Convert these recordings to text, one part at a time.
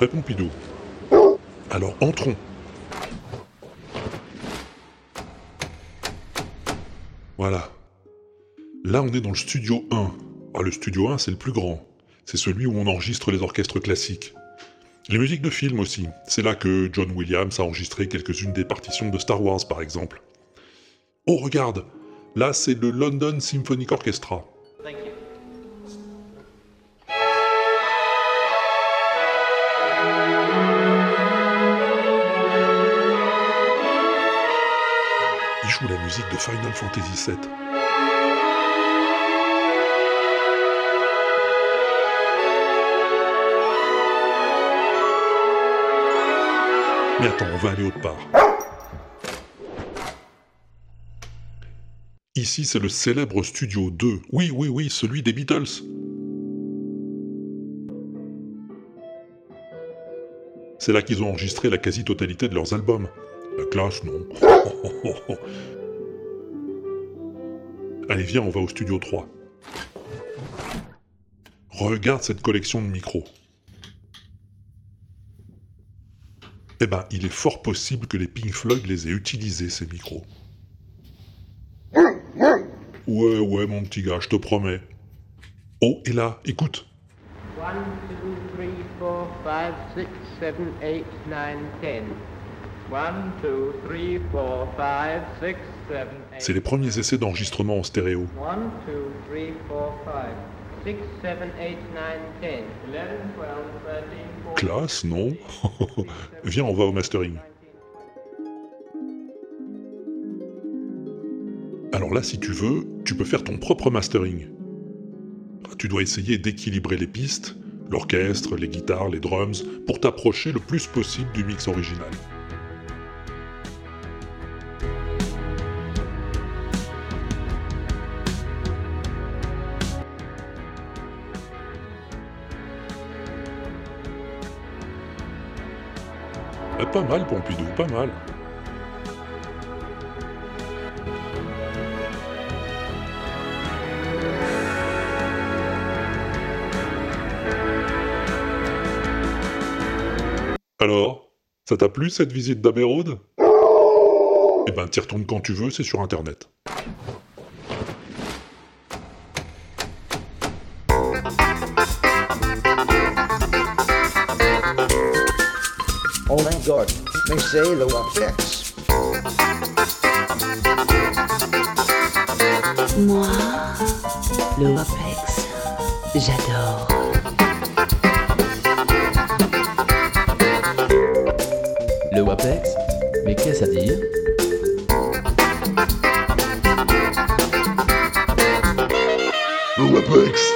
prêt, Pompidou? Alors, entrons. Voilà. Là, on est dans le studio 1. Ah, le studio 1, c'est le plus grand. C'est celui où on enregistre les orchestres classiques. Les musiques de films aussi. C'est là que John Williams a enregistré quelques-unes des partitions de Star Wars, par exemple. Oh, regarde! Là, c'est le London Symphonic Orchestra. Il joue la musique de Final Fantasy VII. Mais attends, on va aller autre part. Ici, c'est le célèbre Studio 2. Oui, celui des Beatles. C'est là qu'ils ont enregistré la quasi-totalité de leurs albums. La classe, non. Allez, viens, on va au Studio 3. Regarde cette collection de micros. Eh ben, il est fort possible que les Pink Floyd les aient utilisés, ces micros. Ouais, mon petit gars, je te promets. Oh, et là, écoute. 1, 2, 3, 4, 5, 6, 7, 8, 9, 10. 1, 2, 3, 4, 5, 6, 7, 8. C'est les premiers essais d'enregistrement en stéréo. 1, 2, 3, 4, 5, 6, 7, 8, 9, 10. 11, 12, 13, 14. Classe, non? Viens, on va au mastering. Alors là, si tu veux, tu peux faire ton propre mastering. Tu dois essayer d'équilibrer les pistes, l'orchestre, les guitares, les drums, pour t'approcher le plus possible du mix original. Pas mal, Pompidou, pas mal. Alors, ça t'a plu cette visite d'Abbey Road? Eh ben, t'y retournes quand tu veux, c'est sur Internet. Oh my God, mais c'est le WAPEX. Moi, le WAPEX, j'adore. Le WAPEX? Mais qu'est-ce à dire? Le WAPEX.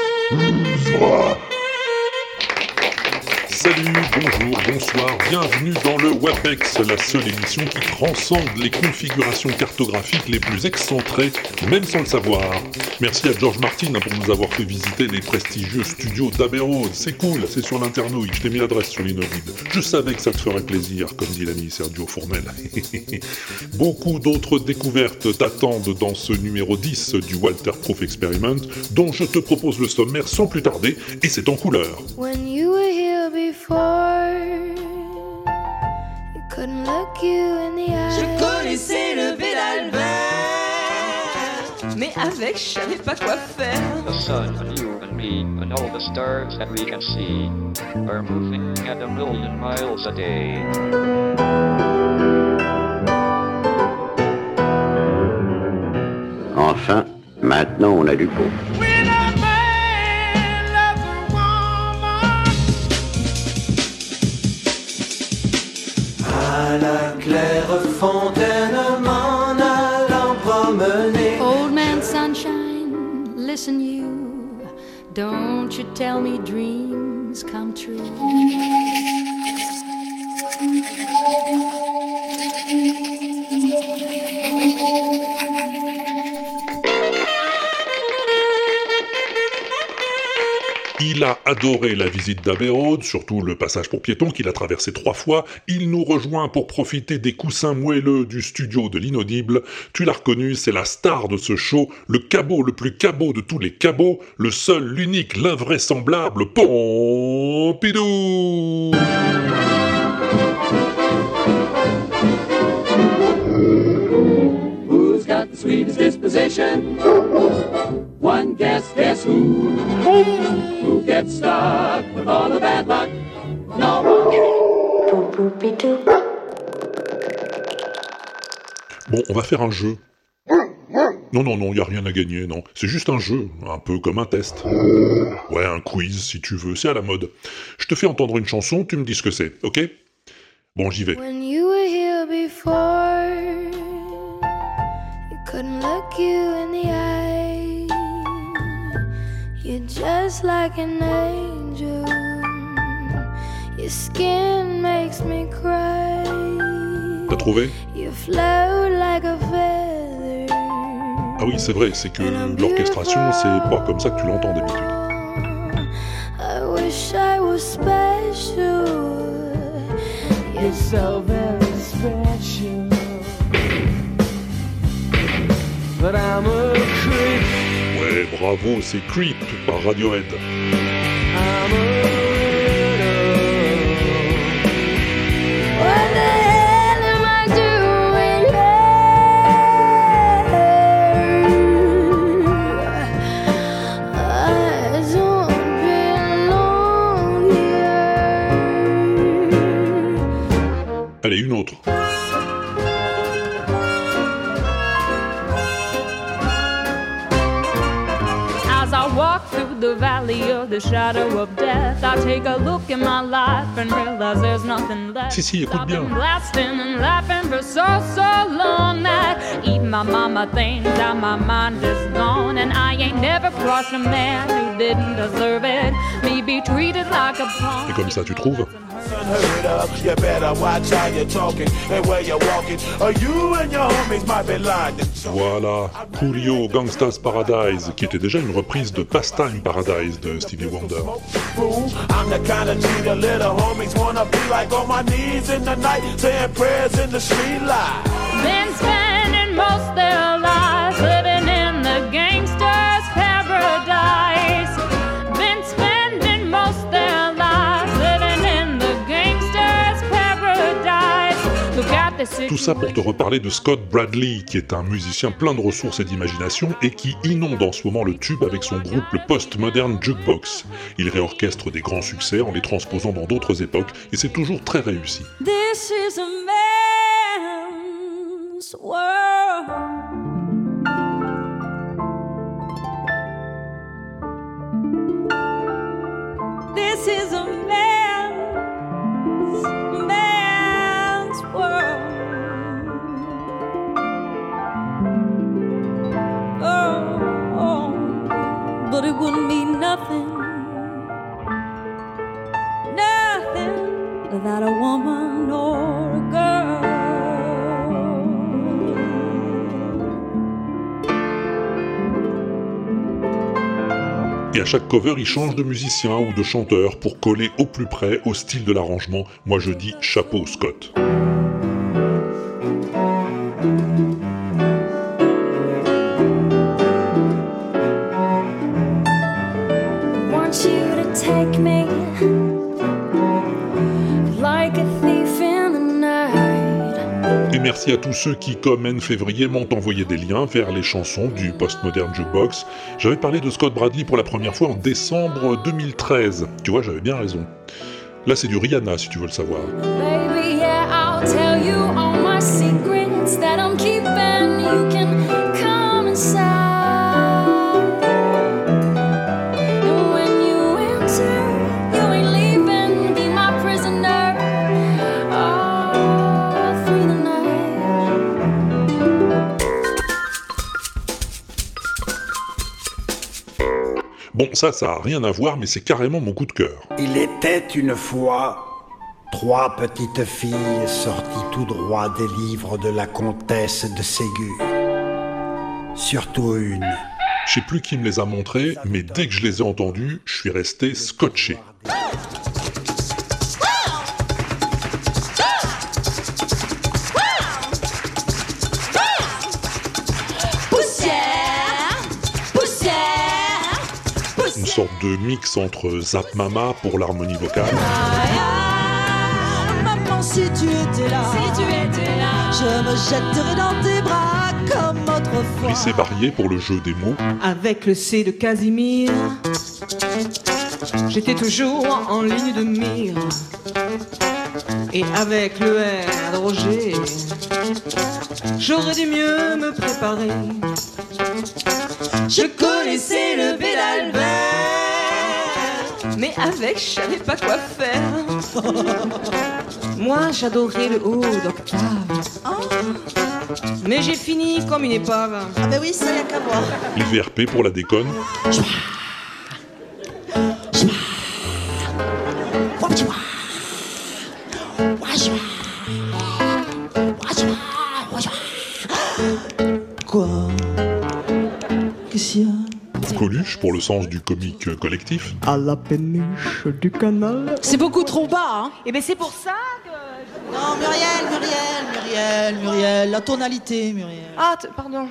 Salut, bonjour, bonsoir, bienvenue dans le WAPEX, la seule émission qui transcende les configurations cartographiques les plus excentrées, même sans le savoir. Merci à George Martin pour nous avoir fait visiter les prestigieux studios d'Abbey Road. C'est cool, c'est sur l'internouille, je t'ai mis l'adresse sur l'inaudible. Je savais que ça te ferait plaisir, comme dit l'ami Sergio Fournel. Beaucoup d'autres découvertes t'attendent dans ce numéro 10 du Walter Proof Experiment, dont je te propose le sommaire sans plus tarder, et c'est en couleur. When you were here before, you couldn't look you in the eye. Je connaissais le Bélalbert, mais avec, je savais pas quoi faire. The sun and you and me and all the stars that we can see are moving at 1,000,000 miles a day. Enfin, maintenant on a du pot. À la claire fontaine m'en allant promener. Old man sunshine, listen you, don't you tell me dreams come true. Il a adoré la visite d'Abbey Road, surtout le passage pour piétons qu'il a traversé 3 fois. Il nous rejoint pour profiter des coussins moelleux du studio de l'Inaudible. Tu l'as reconnu, c'est la star de ce show, le cabot le plus cabot de tous les cabots, le seul, l'unique, l'invraisemblable Pompidou. Who's got the sweetest disposition? One guess who? Who gets stuck with all the bad luck? No one. Bon, on va faire un jeu. Non, y a rien à gagner, non. C'est juste un jeu, un peu comme un test. Ouais, un quiz, si tu veux, c'est à la mode. Je te fais entendre une chanson, tu me dis ce que c'est, ok? Bon, j'y vais. When you were here before, you couldn't look you in the eye. You're just like an angel. Your skin makes me cry. T'as trouvé? You float like a feather. Ah oui, c'est vrai, c'est que l'orchestration, c'est pas comme ça que tu l'entends d'habitude. I wish I was special. You're so very special. But I'm a creep. Ouais, bravo, c'est Creep par Radiohead. I'm a widow. What the hell am I doing here? I don't belong here. Allez, une autre. As I walk through the valley of the shadow of death, I take a look in my life and realize there's nothing left. Si, écoute I've bien. been blasting and laughing for so long that even my mama thinks that my mind is gone. And I ain't never crossed a man who didn't deserve it. Me be treated like a pawn. Et comme ça, tu trouves? You better watch how you're talking and where you're walking, or you and your homies might be lying. Voilà, Coolio, Gangsta's Paradise, qui était déjà une reprise de Pastime Paradise de Stevie Wonder. I'm the kind of G the little homies wanna be like, on my knees in the night, saying prayers in the street light. Been spending most their lives living in the gangster's paradise. Been spending most their lives living in the gangster's paradise. Look at the Tout ça pour te reparler de Scott Bradley, qui est un musicien plein de ressources et d'imagination et qui inonde en ce moment le tube avec son groupe le Postmodern Jukebox. Il réorchestre des grands succès en les transposant dans d'autres époques et c'est toujours très réussi. This is a man's world. This is a man's world. Oh, but it wouldn't mean nothing without a woman or a girl. Et à chaque cover, il change de musicien ou de chanteur pour coller au plus près au style de l'arrangement. Moi je dis chapeau Scott. Want you to take me like a thief in the night. Et merci à tous ceux qui, comme N Février, m'ont envoyé des liens vers les chansons du Postmodern Jukebox. J'avais parlé de Scott Bradley pour la première fois en décembre 2013. Tu vois, j'avais bien raison. Là, c'est du Rihanna, si tu veux le savoir. Baby, yeah, I'll tell you all my secrets that I'm keeping. You can come inside. And when you enter, you ain't leaving. Be my prisoner all through the night. Bon, ça a rien à voir, mais c'est carrément mon coup de cœur. Il était une fois 3 petites filles sorties tout droit des livres de la comtesse de Ségur. Surtout une Je sais plus qui me les a montrés, mais dès que je les ai entendus, je suis resté scotché. Une sorte de mix entre Zap Mama pour l'harmonie vocale. Maman, si tu étais là, je me jetterais dans tes bras comme autrefois. Lycée Barrier pour le jeu des mots. Avec le C de Casimir, j'étais toujours en ligne de mire. Et avec le R de Roger, j'aurais dû mieux me préparer. Je connaissais le B d'Albert, mais avec, je savais pas quoi faire. Moi, j'adorais le haut d'octave. Mais j'ai fini comme une épave. Ah ben oui, ça y a qu'à voir. Les VRP pour la déconne. Quoi? Qu'est-ce qu'il y a? Coluche pour le sens du comique collectif. À la péniche du canal. C'est beaucoup trop bas, hein. Et ben c'est pour ça que... Non, Muriel, la tonalité, Muriel. Ah, pardon.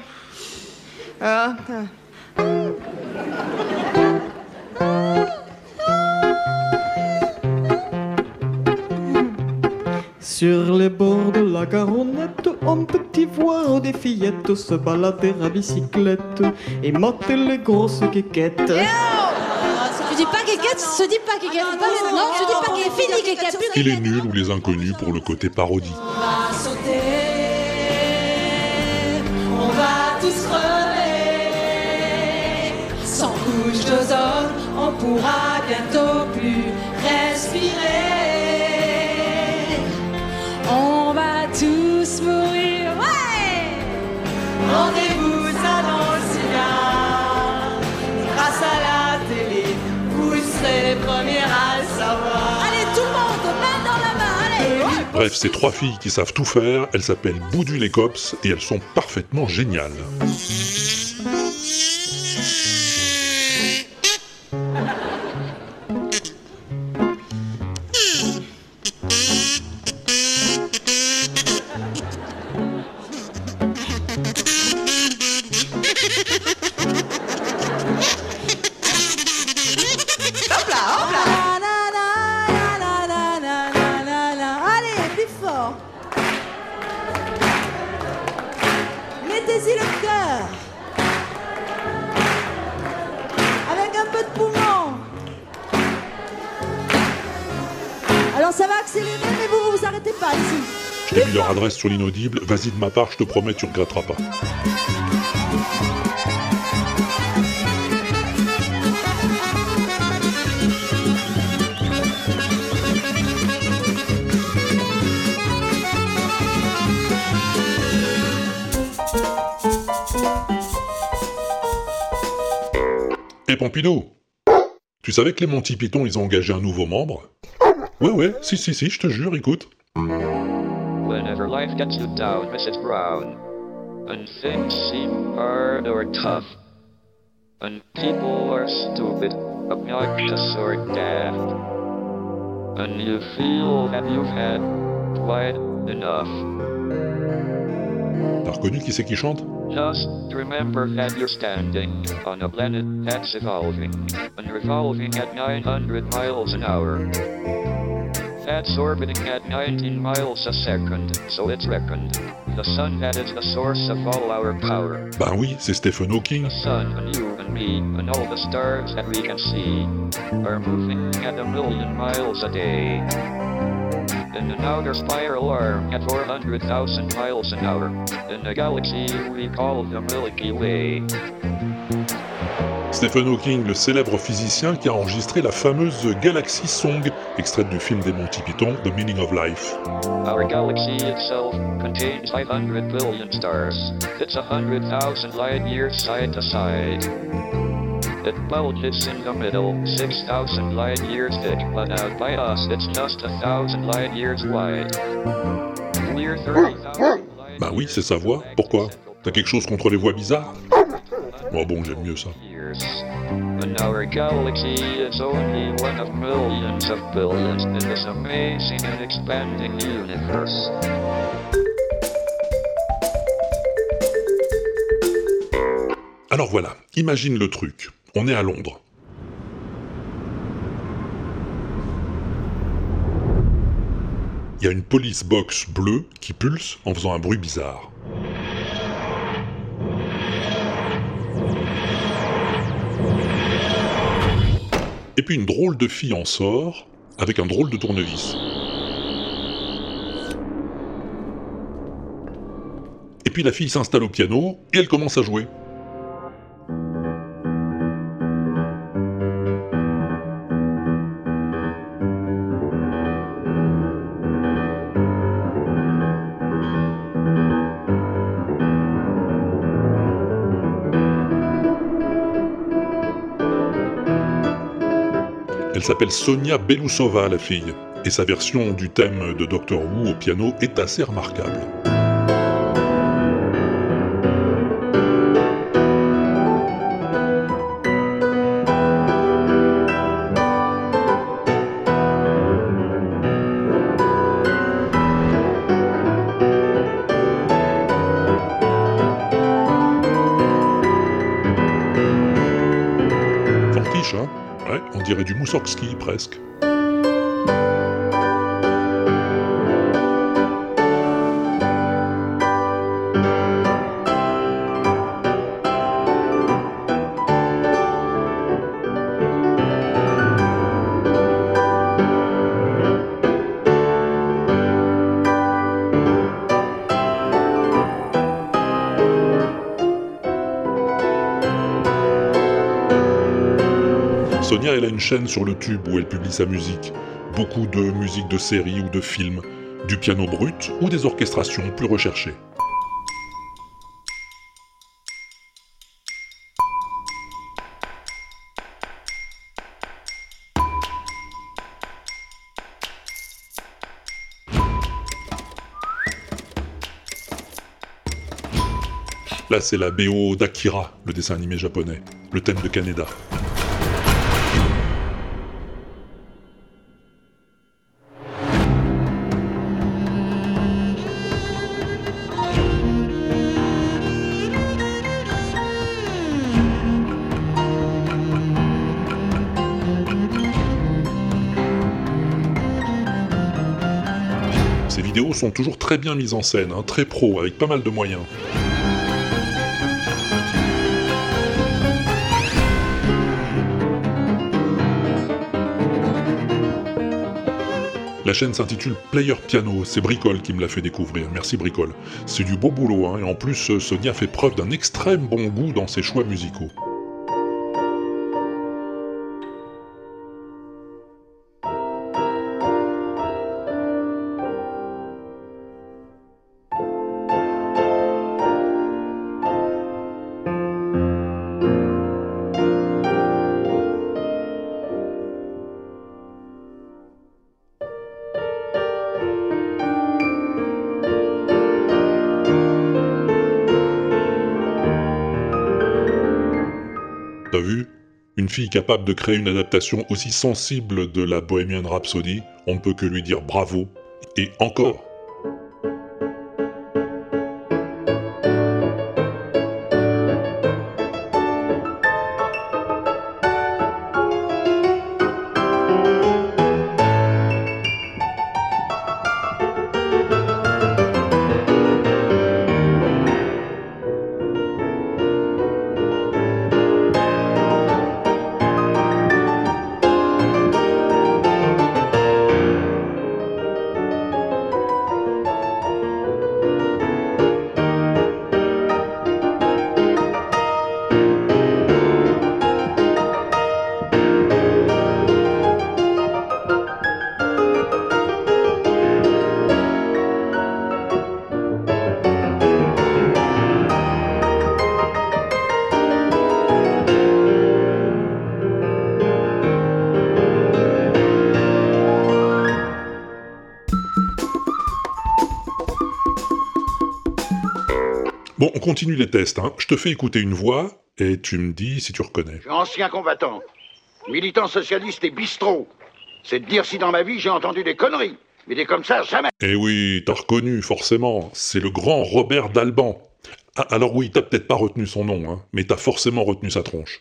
Sur les bords de la Garonnette, on peut y voir des fillettes se balader à bicyclette et mater les grosses quéquettes. Tu dis pas quéquette, se dit pas quéquette. Non, je dis pas qu'il est fini quéquette. Et les nuls ou les inconnus pour le côté parodie. On va sauter, on va tous crever. Sans couche d'ozone, on pourra bientôt plus respirer. On va tous mourir. Ouais! Rendez-vous ça dans le cigare. Grâce à la télé, vous serez les premiers à le savoir. Allez, tout le monde, main dans la main, allez! Ouais. Bref, ces trois filles qui savent tout faire, elles s'appellent Boudu les Cops et elles sont parfaitement géniales. Allez, plus fort. Mettez-y le cœur. Avec un peu de poumon. Alors ça va accélérer, mais vous arrêtez pas ici. Je t'ai mis leur adresse sur l'inaudible, vas-y de ma part, je te promets, tu regretteras pas. Et Pompidou, tu savais que les Monty Python, ils ont engagé un nouveau membre? Ouais, si, je te jure, écoute. Whenever life gets you down, Mrs. Brown, and things seem hard or tough, and people are stupid, obnoxious or daft, and you feel that you've had quite enough. T'as reconnu qui c'est qui chante? Just remember that you're standing on a planet that's evolving and revolving at 900 miles an hour. That's orbiting at 19 miles a second, so it's reckoned. The sun that is the source of all our power. Ben oui, c'est Stephen Hawking. The sun and you and me and all the stars that we can see are moving at 1,000,000 miles a day. In an outer spiral arm at 400,000 miles an hour, in a galaxy we call the Milky Way. Stephen Hawking, le célèbre physicien qui a enregistré la fameuse Galaxy Song, extraite du film des Monty Python, The Meaning of Life. Our galaxy itself contains 500 billion stars. It's 100,000 light years side to side. It bulges in the middle, 6,000 light years thick, but out by us it's just 1,000 light years wide. We're 30,000 light Bah oui, c'est sa voix. Pourquoi? T'as quelque chose contre les voix bizarres? Oh bon, j'aime mieux ça. In our galaxy, it's only one of millions of billions in this amazing and expanding universe. Alors voilà, imagine le truc. On est à Londres. Il y a une police box bleue qui pulse en faisant un bruit bizarre. Et puis une drôle de fille en sort, avec un drôle de tournevis. Et puis la fille s'installe au piano, et elle commence à jouer. Elle s'appelle Sonia Belousova, la fille, et sa version du thème de Doctor Who au piano est assez remarquable. Fortiche, hein ? Ouais, on dirait du Moussorgsky, presque. Sonia, elle a une chaîne sur le tube où elle publie sa musique. Beaucoup de musique de séries ou de films, du piano brut ou des orchestrations plus recherchées. Là, c'est la BO d'Akira, le dessin animé japonais, le thème de Kaneda. Ces vidéos sont toujours très bien mises en scène, hein, très pro, avec pas mal de moyens. La chaîne s'intitule Player Piano, c'est Bricole qui me l'a fait découvrir, merci Bricole. C'est du beau boulot, hein, et en plus Sonia fait preuve d'un extrême bon goût dans ses choix musicaux. T'as vu ? Une fille capable de créer une adaptation aussi sensible de la Bohemian Rhapsody, on ne peut que lui dire bravo, et encore. Bon, on continue les tests, hein. Je te fais écouter une voix, Et tu me dis si tu reconnais. Je suis ancien combattant, militant socialiste et bistrot. C'est de dire si dans ma vie j'ai entendu des conneries. Mais des comme ça, jamais. Eh oui, t'as reconnu, forcément. C'est le grand Robert d'Alban. Ah, alors oui, t'as peut-être pas retenu son nom, hein, mais t'as forcément retenu sa tronche.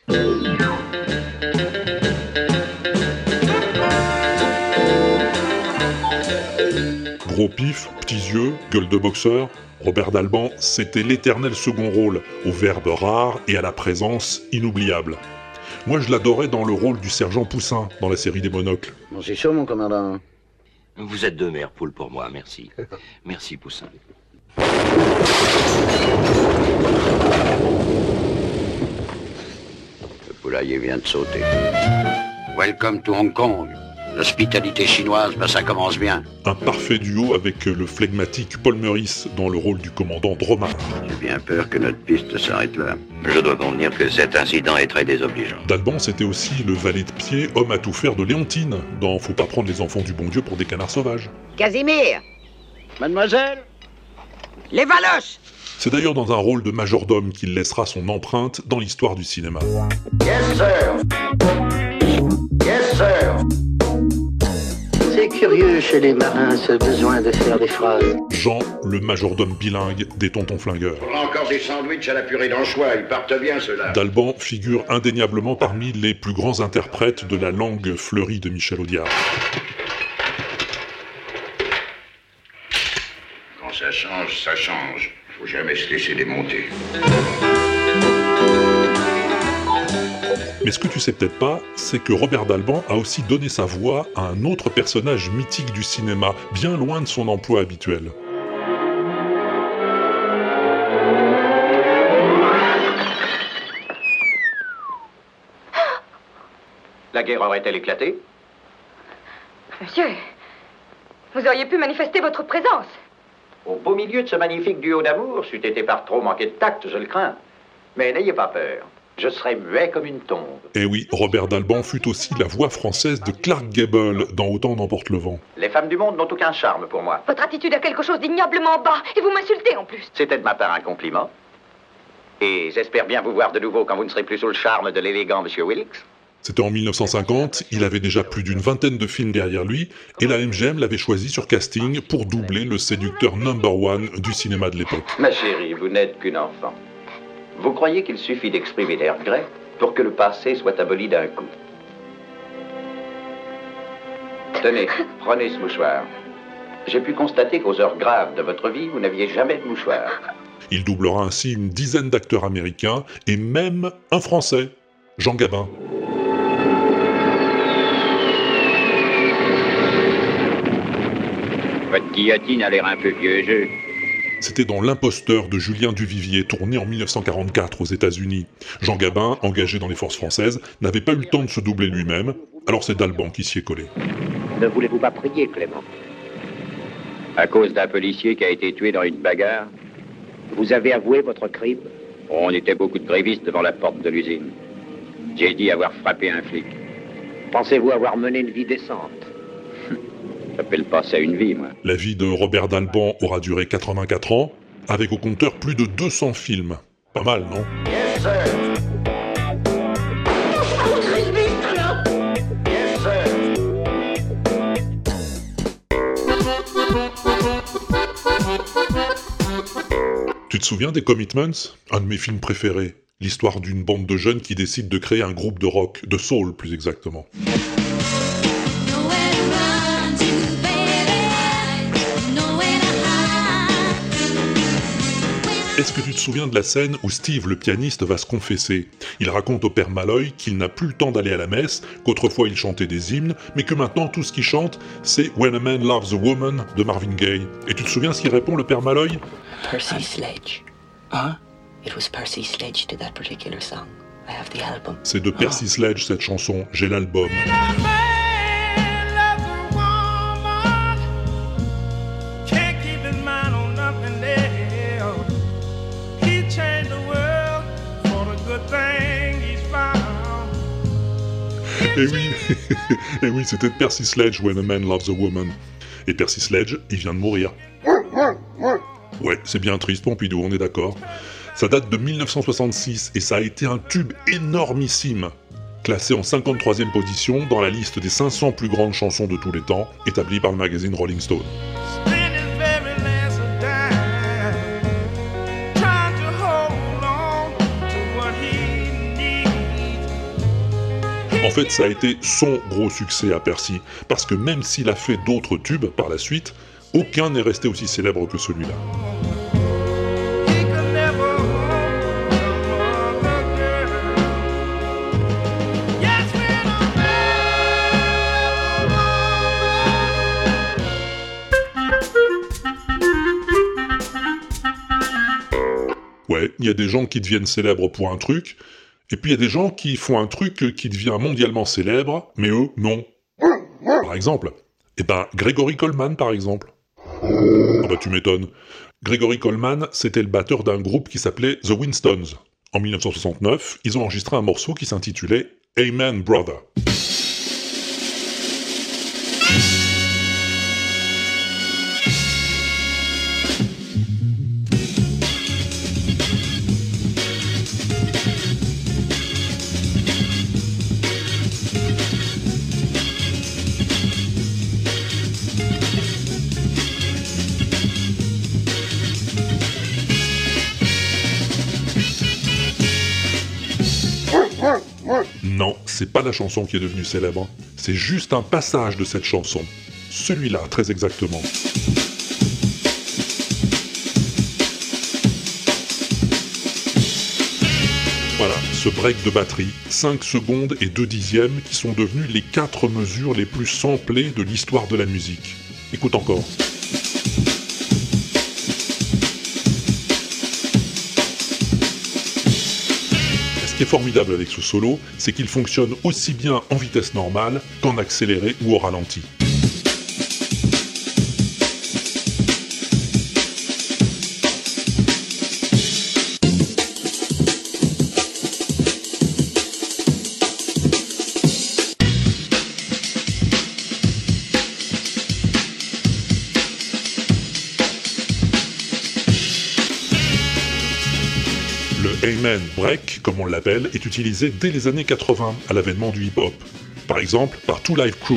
Gros pif, petits yeux, gueule de boxeur, Robert d'Alban, c'était l'éternel second rôle, au verbe rare et à la présence inoubliable. Moi, je l'adorais dans le rôle du sergent Poussin, dans la série des Monocles. Bon, c'est sûr, mon commandant. Vous êtes deux mères poules pour moi, merci. Merci, Poussin. Le poulailler vient de sauter. Welcome to Hong Kong. L'hospitalité chinoise, ça commence bien. Un parfait duo avec le flegmatique Paul Meurice dans le rôle du commandant Dromard. J'ai bien peur que notre piste s'arrête là. Je dois convenir que cet incident est très désobligeant. d'Alban, c'était aussi le valet de pied, homme à tout faire de Léontine, dans Faut pas prendre les enfants du bon Dieu pour des canards sauvages. Casimir. Mademoiselle. Les valoches. C'est d'ailleurs dans un rôle de majordome qu'il laissera son empreinte dans l'histoire du cinéma. Yes, sir. Yes, sir. C'est curieux chez les marins, ce besoin de faire des phrases. Jean, le majordome bilingue des Tontons Flingueurs. On a encore des sandwichs à la purée d'anchois, ils partent bien ceux-là. d'Alban figure indéniablement parmi les plus grands interprètes de la langue fleurie de Michel Audiard. Quand ça change, ça change. Faut jamais se laisser démonter. Mais ce que tu sais peut-être pas, c'est que Robert d'Alban a aussi donné sa voix à un autre personnage mythique du cinéma, bien loin de son emploi habituel. La guerre aurait-elle éclaté? Monsieur, vous auriez pu manifester votre présence. Au beau milieu de ce magnifique duo d'amour, c'eût été par trop manqué de tact, je le crains. Mais n'ayez pas peur, je serai muet comme une tombe. Et oui, Robert d'Alban fut aussi la voix française de Clark Gable dans Autant n'emporte le vent. Les femmes du monde n'ont aucun charme pour moi. Votre attitude a quelque chose d'ignoblement bas, et vous m'insultez en plus. C'était de ma part un compliment. Et j'espère bien vous voir de nouveau quand vous ne serez plus sous le charme de l'élégant Monsieur Wilkes. C'était en 1950, il avait déjà plus d'une vingtaine de films derrière lui, et la MGM l'avait choisi sur casting pour doubler le séducteur #1 du cinéma de l'époque. Ma chérie, vous n'êtes qu'une enfant. Vous croyez qu'il suffit d'exprimer des regrets pour que le passé soit aboli d'un coup? Tenez, prenez ce mouchoir. J'ai pu constater qu'aux heures graves de votre vie, vous n'aviez jamais de mouchoir. Il doublera ainsi une dizaine d'acteurs américains, et même un Français, Jean Gabin. Votre guillotine a l'air un peu vieux jeu. C'était dans L'Imposteur de Julien Duvivier, tourné en 1944 aux États-Unis. Jean Gabin, engagé dans les forces françaises, n'avait pas eu le temps de se doubler lui-même, alors c'est d'Alban qui s'y est collé. Ne voulez-vous pas prier, Clément? À cause d'un policier qui a été tué dans une bagarre, vous avez avoué votre crime? On était beaucoup de grévistes devant la porte de l'usine. J'ai dit avoir frappé un flic. Pensez-vous avoir mené une vie décente? J'appelle pas ça une vie, moi. La vie de Robert d'Alban aura duré 84 ans, avec au compteur plus de 200 films. Pas mal, non? Yes, sir. Yes, sir. Tu te souviens des Commitments? Un de mes films préférés. L'histoire d'une bande de jeunes qui décident de créer un groupe de rock, de soul plus exactement. Est-ce que tu te souviens de la scène où Steve, le pianiste, va se confesser? Il raconte au père Malloy qu'il n'a plus le temps d'aller à la messe, qu'autrefois il chantait des hymnes, mais que maintenant tout ce qu'il chante, c'est When a Man Loves a Woman de Marvin Gaye. Et tu te souviens ce qu'il répond, le père Malloy? Percy Sledge. Huh? It was Percy Sledge did that particular song. I have the album. C'est de Percy Sledge cette chanson, j'ai l'album. Et oui, et oui, c'était de Percy Sledge, When a Man Loves a Woman. Et Percy Sledge, il vient de mourir. Ouais, c'est bien triste, Pompidou, on est d'accord. Ça date de 1966 et ça a été un tube énormissime, classé en 53e position dans la liste des 500 plus grandes chansons de tous les temps, établie par le magazine Rolling Stone. En fait, ça a été son gros succès à Percy, parce que même s'il a fait d'autres tubes par la suite, aucun n'est resté aussi célèbre que celui-là. Ouais, il y a des gens qui deviennent célèbres pour un truc, et puis il y a des gens qui font un truc qui devient mondialement célèbre, mais eux, non. Par exemple, Gregory Coleman, par exemple. Ah bah tu m'étonnes. Gregory Coleman, c'était le batteur d'un groupe qui s'appelait The Winstons. En 1969, ils ont enregistré un morceau qui s'intitulait Amen Brother. Non, c'est pas la chanson qui est devenue célèbre, c'est juste un passage de cette chanson. Celui-là, très exactement. Voilà, ce break de batterie, 5 secondes et 2 dixièmes, qui sont devenus les 4 mesures les plus samplées de l'histoire de la musique. Écoute encore. Ce qui est formidable avec ce solo, c'est qu'il fonctionne aussi bien en vitesse normale qu'en accéléré ou au ralenti. Le Amen Break, comme on l'appelle, est utilisé dès les années 80 à l'avènement du hip-hop. Par exemple, par Two Live Crew.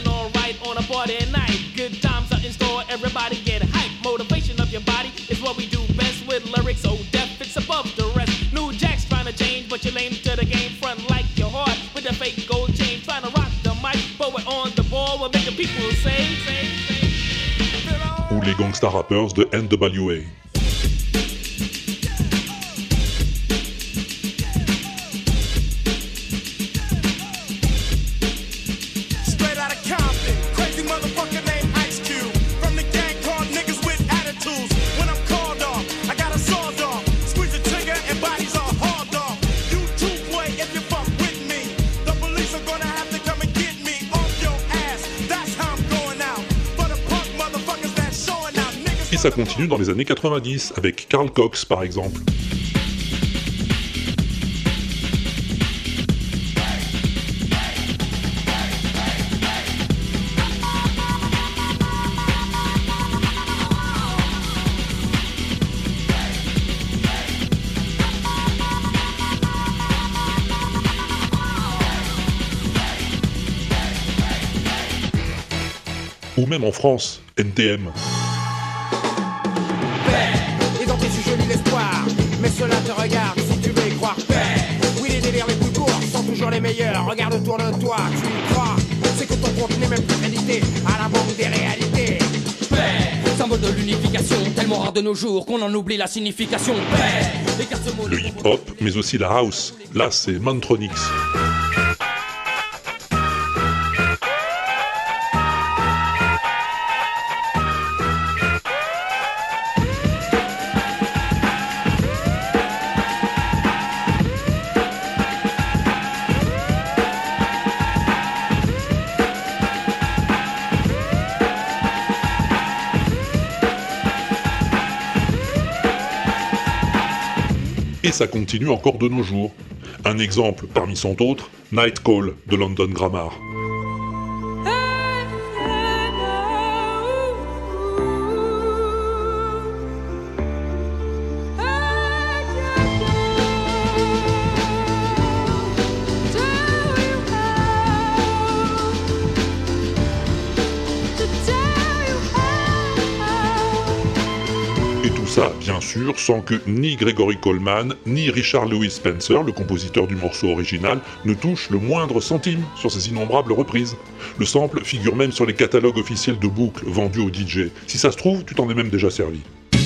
Ou les gangsta rappers de NWA. Et ça continue dans les années 90, avec Carl Cox par exemple. Ou même en France, NTM. Et dans tes yeux je lis l'espoir, mais cela te regarde si tu veux y croire. Oui, les délires les plus courts sont toujours les meilleurs. Regarde autour de toi, tu y crois. C'est que ton compte n'est même plus crédité à la banque des réalités. Symbole de l'unification, tellement rare de nos jours qu'on en oublie la signification. Le hip-hop, mais aussi la house. Là, c'est Mantronix. Et ça continue encore de nos jours. Un exemple parmi tant d'autres, Night Call de London Grammar. ça, bien sûr, sans que ni Gregory Coleman, ni Richard Louis Spencer, le compositeur du morceau original, ne touchent le moindre centime sur ces innombrables reprises. Le sample figure même sur les catalogues officiels de boucles vendus aux DJ. Si ça se trouve, tu t'en es même déjà servi.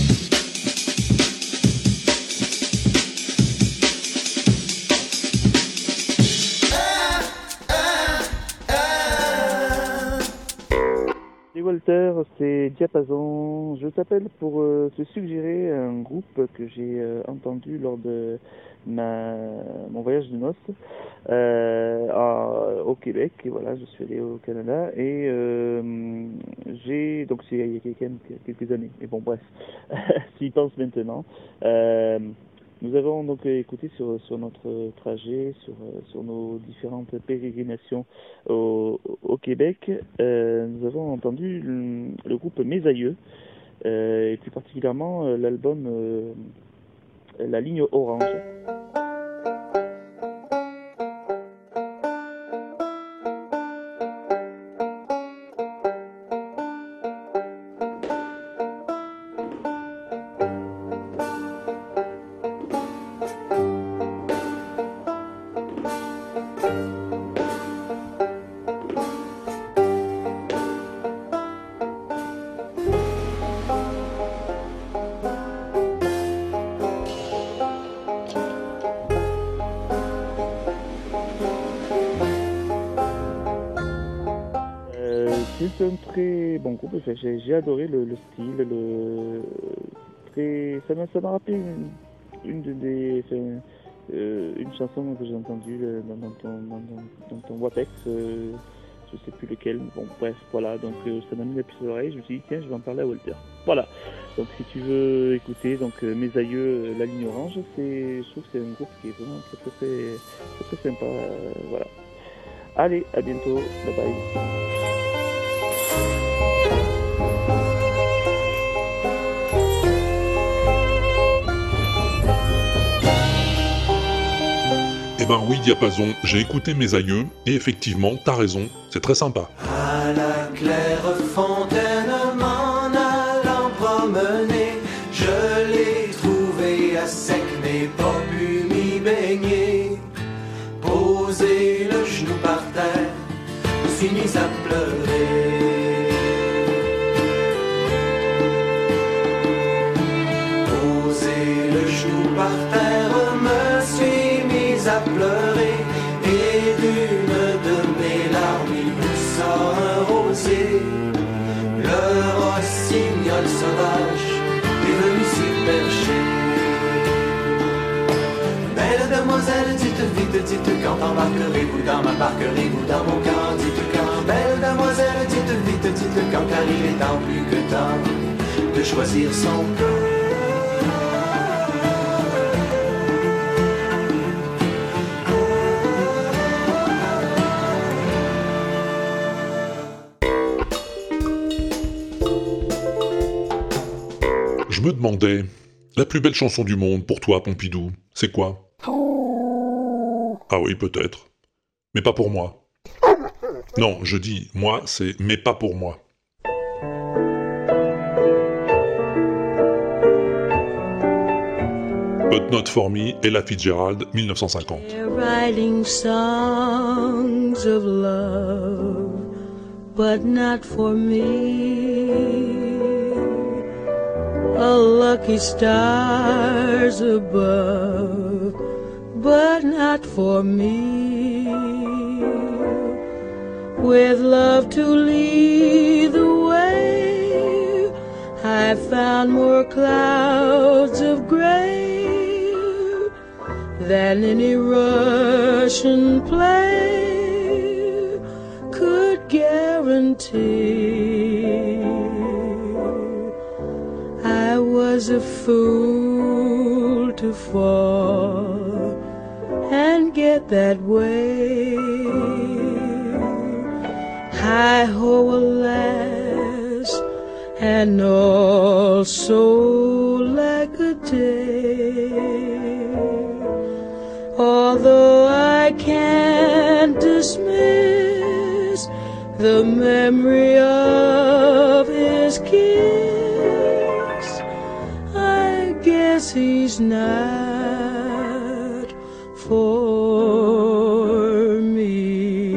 Walter, c'est Diapason. Je t'appelle pour te suggérer un groupe que j'ai entendu lors de mon voyage de noces au Québec. Et voilà, je suis allé au Canada et donc c'est il y a quelques années. Mais bon, bref, s'y pense maintenant. Nous avons donc écouté sur notre trajet, sur nos différentes pérégrinations au Québec, nous avons entendu le groupe Mes Aïeux, et plus particulièrement l'album La Ligne Orange. C'est un très bon groupe, j'ai adoré le style, ça m'a rappelé une chanson que j'ai entendue dans ton WAPEX, je sais plus lequel, bon bref, voilà, donc ça m'a mis la puce à l'oreille, je me suis dit tiens, je vais en parler à Walter. Voilà, donc si tu veux écouter Mes Aïeux, La Ligne Orange, je trouve que c'est un groupe qui est vraiment très sympa, voilà. Allez, à bientôt, bye bye. Eh ben oui, Diapason, j'ai écouté Mes Aïeux, et effectivement, t'as raison, c'est très sympa. À la claire fontaine, m'en allant promener, je l'ai trouvé à sec, mais pas pu m'y baigner. Poser le genou par terre, je suis mis à pleurer. Poser le genou par terre, me suis mis à pleurer, et d'une de mes larmes il me sort un rosier. Le rossignol sauvage est venu s'y percher. Belle demoiselle, dites vite, dites quand embarquerez-vous dans ma barque, vous dans mon camp, dites quand. Belle demoiselle, dites vite, dites quand, car il est temps plus que temps de choisir son camp. Je me demandais, la plus belle chanson du monde pour toi, Pompidou, c'est quoi? Ah oui, peut-être. Mais pas pour moi. Non, je dis, moi, c'est mais pas pour moi. But Not For Me, Ella Fitzgerald, 1950. They're writing songs of love, but not for me. A lucky stars above, but not for me. With love to lead the way, I found more clouds of gray than any Russian play could guarantee. I was a fool to fall and get that way. Hi-ho, alas, and also like a day. Although I can't dismiss the memory of his kiss, I not for me.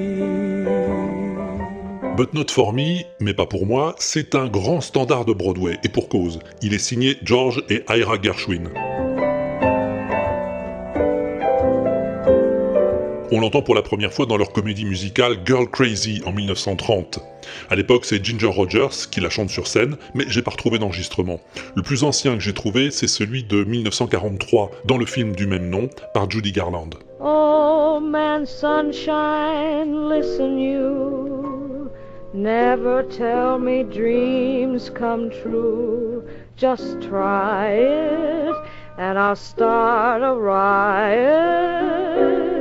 But Not For Me, mais pas pour moi, c'est un grand standard de Broadway, et pour cause. Il est signé George et Ira Gershwin. On l'entend pour la première fois dans leur comédie musicale Girl Crazy en 1930. À l'époque, c'est Ginger Rogers qui la chante sur scène, mais j'ai pas retrouvé d'enregistrement. Le plus ancien que j'ai trouvé, c'est celui de 1943, dans le film du même nom, par Judy Garland. Oh man, sunshine, listen you. Never tell me dreams come true. Just try it, and I'll start a riot.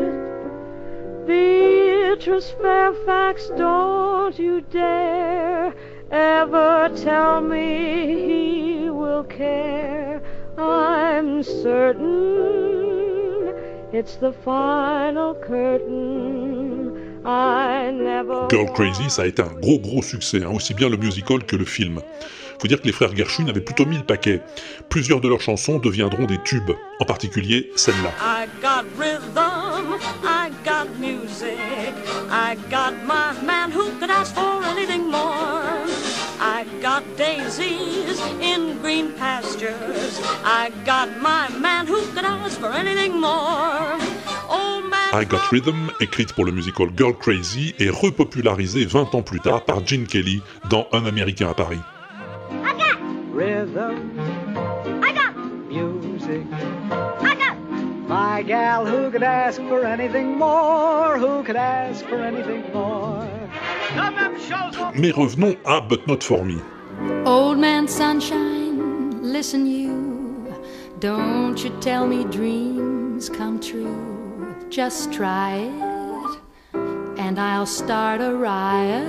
Beatrice Fairfax, don't you dare ever tell me he will care. I'm certain it's the final curtain. I never... Girl Crazy, ça a été un gros succès, aussi bien le musical que le film. Faut dire que les frères Gershwin avaient plutôt mis le paquet. Plusieurs de leurs chansons deviendront des tubes, en particulier celle-là. I got rhythm, I got music, I got my man who could ask for anything more. I got daisies in green pastures, I got my man who could ask for anything more. Oh man, I Got Rhythm, écrite pour le musical Girl Crazy, est repopularisée 20 ans plus tard par Gene Kelly dans Un Américain à Paris. I got rhythm, I got music, I got my gal who could ask for anything more, who could ask for anything more. Mais revenons à But Not For Me. Old man sunshine, listen you. Don't you tell me dreams come true. Just try it, and I'll start a riot.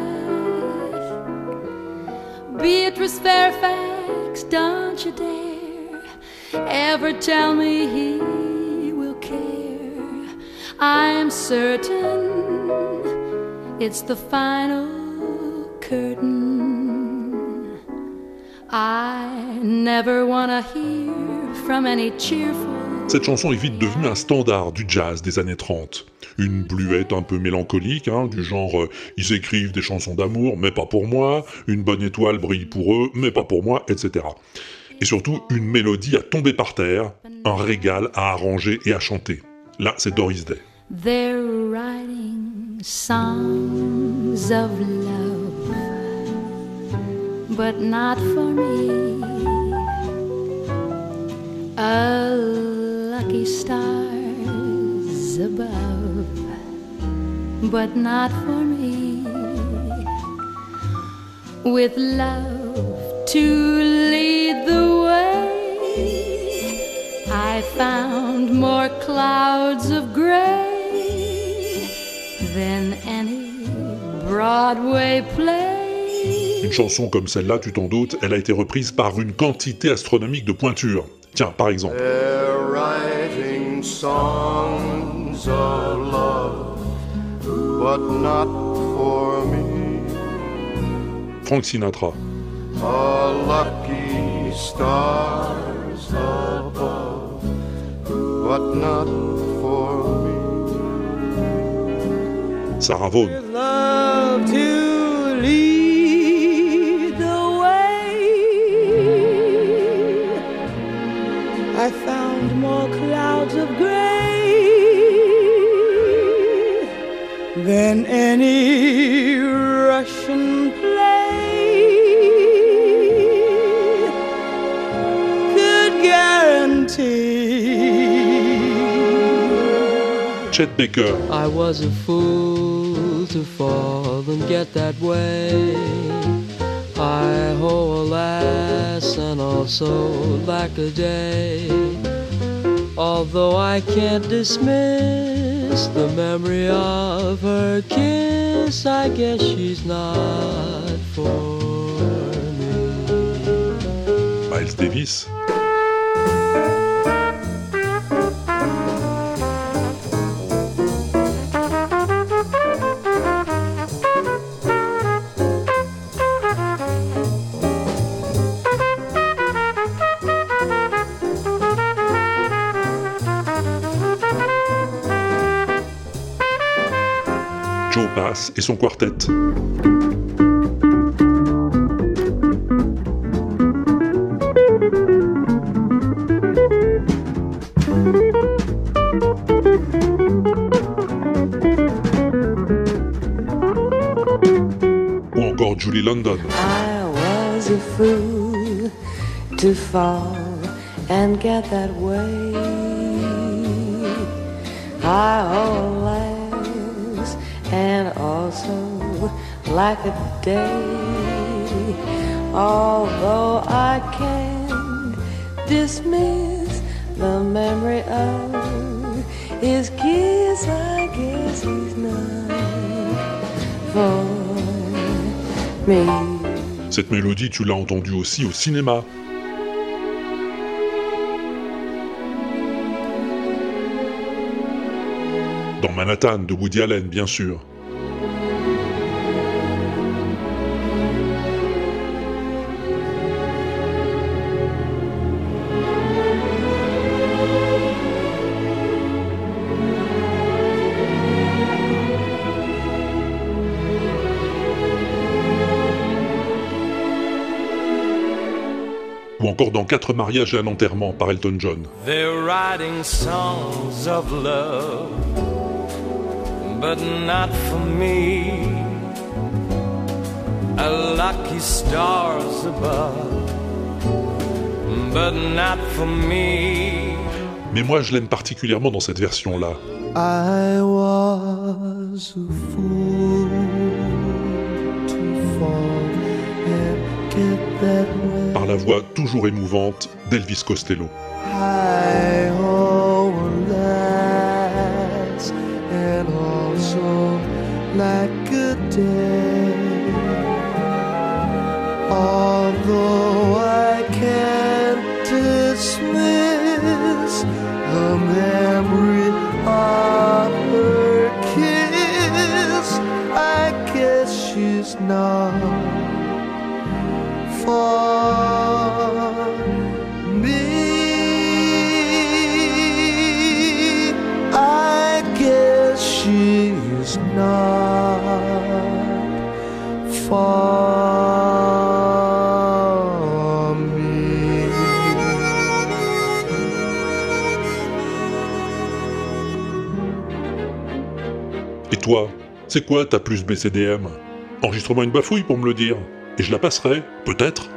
Beatrice Fairfax, don't you dare ever tell me he will care. I'm certain it's the final curtain. I never wanna hear from any cheerful. Cette chanson est vite devenue un standard du jazz des années 30. Une bluette un peu mélancolique, du genre ils écrivent des chansons d'amour, mais pas pour moi, une bonne étoile brille pour eux, mais pas pour moi, etc. Et surtout, une mélodie à tomber par terre, un régal à arranger et à chanter. Là, c'est Doris Day. They're writing songs of love, but not for me. A lucky stars above, but not for me. With love to lead the way, I found more clouds of gray than any Broadway play. Une chanson comme celle-là, tu t'en doutes, elle a été reprise par une quantité astronomique de pointures. Tiens, par exemple. They're writing songs of love, but not for me. Frank Sinatra. A lucky stars above, but not for me. Sarah Vaughan. Love to lead the way, I found more clouds of gray than any Russian play could guarantee. Chet Baker. I was a fool to fall and get that way. I ho, alas, and also lack a day. Although I can't dismiss the memory of her kiss, I guess she's not for me. Miles Davis. Joe Pass et son quartet. Ou encore Julie London. I was a fool to fall and get that way. I always and also like a day. Although I can't dismiss the memory of his kiss, I guess he's not for me. Cette mélodie, tu l'as entendue aussi au cinéma. Dans Manhattan de Woody Allen, bien sûr. Ou encore dans 4 mariages et un enterrement par Elton John. They're writing songs of love, but not for me. A lucky stars above, but not for me. Mais moi, je l'aime particulièrement dans cette version-là. I was a fool to fall and get that way. Par la voix toujours émouvante d'Elvis Costello. I last and also like a day. Although I can't dismiss the memory of her kiss, I guess she's not for me. I guess she's not for me. Et toi, c'est quoi ta plus BCDM? Enregistre-moi une bafouille pour me le dire, et je la passerai, peut-être.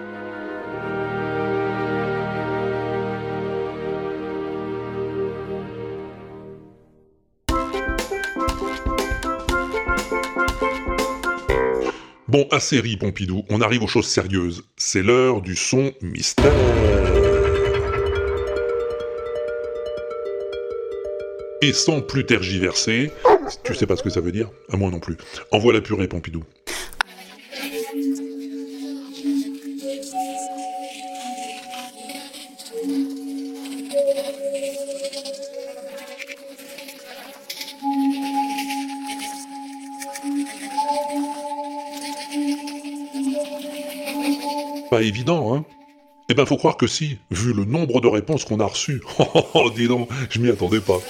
Bon, assez ri, Pompidou, on arrive aux choses sérieuses. C'est l'heure du son mystère. Et sans plus tergiverser, tu sais pas ce que ça veut dire? À moi non plus. Envoie la purée, Pompidou. Pas évident, hein? Eh ben, faut croire que si, vu le nombre de réponses qu'on a reçues. Oh, dis donc, je m'y attendais pas.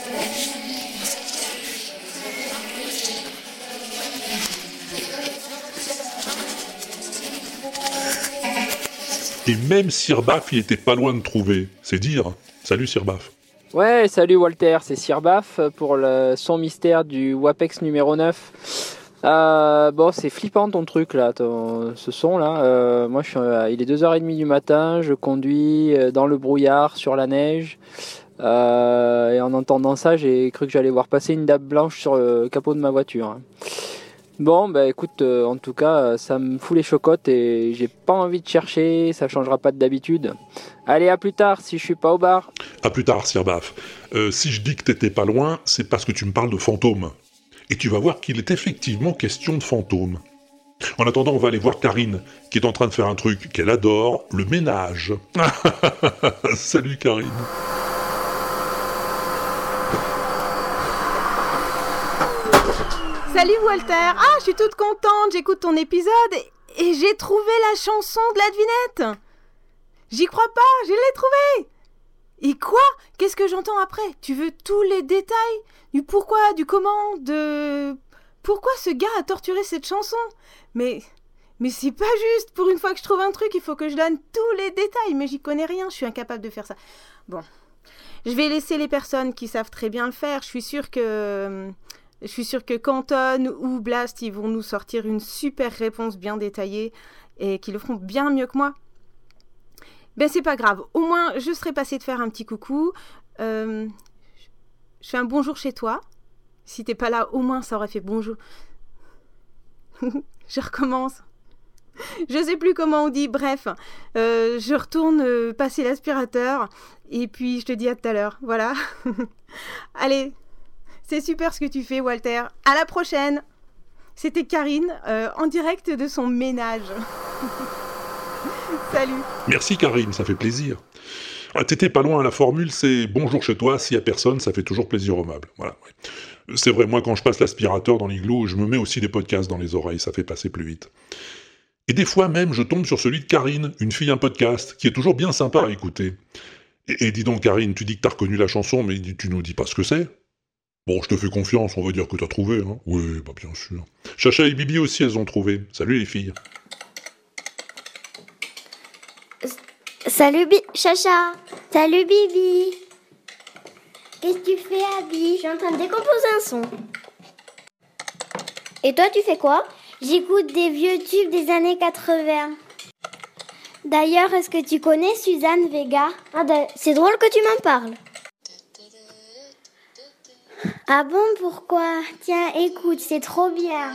Et même Sirbaf, il était pas loin de trouver. C'est dire. Salut Sirbaf. Ouais, salut Walter, c'est Sirbaf pour le son mystère du WAPEX numéro 9. Bon, c'est flippant ton truc là, ce son là. Moi, il est 2h30 du matin, je conduis dans le brouillard sur la neige. Et en entendant ça, j'ai cru que j'allais voir passer une dame blanche sur le capot de ma voiture. Bon, bah écoute, en tout cas, ça me fout les chocottes et j'ai pas envie de chercher, ça changera pas d'habitude. Allez, à plus tard, si je suis pas au bar. À plus tard, Sirbaf. Si je dis que t'étais pas loin, c'est parce que tu me parles de fantômes. Et tu vas voir qu'il est effectivement question de fantômes. En attendant, on va aller voir Karine, qui est en train de faire un truc qu'elle adore, le ménage. Salut Karine. Salut Walter. Ah, je suis toute contente, j'écoute ton épisode et j'ai trouvé la chanson de la devinette. J'y crois pas, je l'ai trouvée. Et quoi? Qu'est-ce que j'entends après? Tu veux tous les détails? Du pourquoi, du comment, de... pourquoi ce gars a torturé cette chanson? Mais c'est pas juste. Pour une fois que je trouve un truc, il faut que je donne tous les détails. Mais j'y connais rien, je suis incapable de faire ça. Bon, je vais laisser les personnes qui savent très bien le faire. Je suis sûre que Canton ou Blast, ils vont nous sortir une super réponse bien détaillée et qu'ils le feront bien mieux que moi. Ben c'est pas grave. Au moins, je serai passée de faire un petit coucou. Je fais un bonjour chez toi. Si t'es pas là, au moins ça aurait fait bonjour. Je recommence. Je sais plus comment on dit. Bref, je retourne passer l'aspirateur. Et puis je te dis à tout à l'heure. Voilà. Allez, c'est super ce que tu fais, Walter. À la prochaine. C'était Karine en direct de son ménage. Salut. Merci Karine, ça fait plaisir. Ah, t'étais pas loin, la formule c'est bonjour chez toi, s'il y a personne, ça fait toujours plaisir au meuble. Voilà. Ouais. C'est vrai, moi quand je passe l'aspirateur dans l'igloo, je me mets aussi des podcasts dans les oreilles, ça fait passer plus vite. Et des fois même, je tombe sur celui de Karine, une fille un podcast, qui est toujours bien sympa à écouter. Et dis donc Karine, tu dis que t'as reconnu la chanson, mais tu nous dis pas ce que c'est? Bon, je te fais confiance, on va dire que t'as trouvé, hein. Oui, bah bien sûr. Chacha et Bibi aussi, elles ont trouvé. Salut les filles. Salut Chacha. Salut Bibi. Qu'est-ce que tu fais, Abby? Je suis en train de décomposer un son. Et toi, tu fais quoi? J'écoute des vieux tubes des années 80. D'ailleurs, est-ce que tu connais Suzanne Vega? C'est drôle que tu m'en parles. Ah bon, pourquoi? Tiens, écoute, c'est trop bien.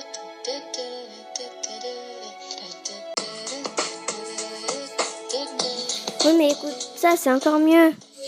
Oui, mais écoute, ça, c'est encore mieux.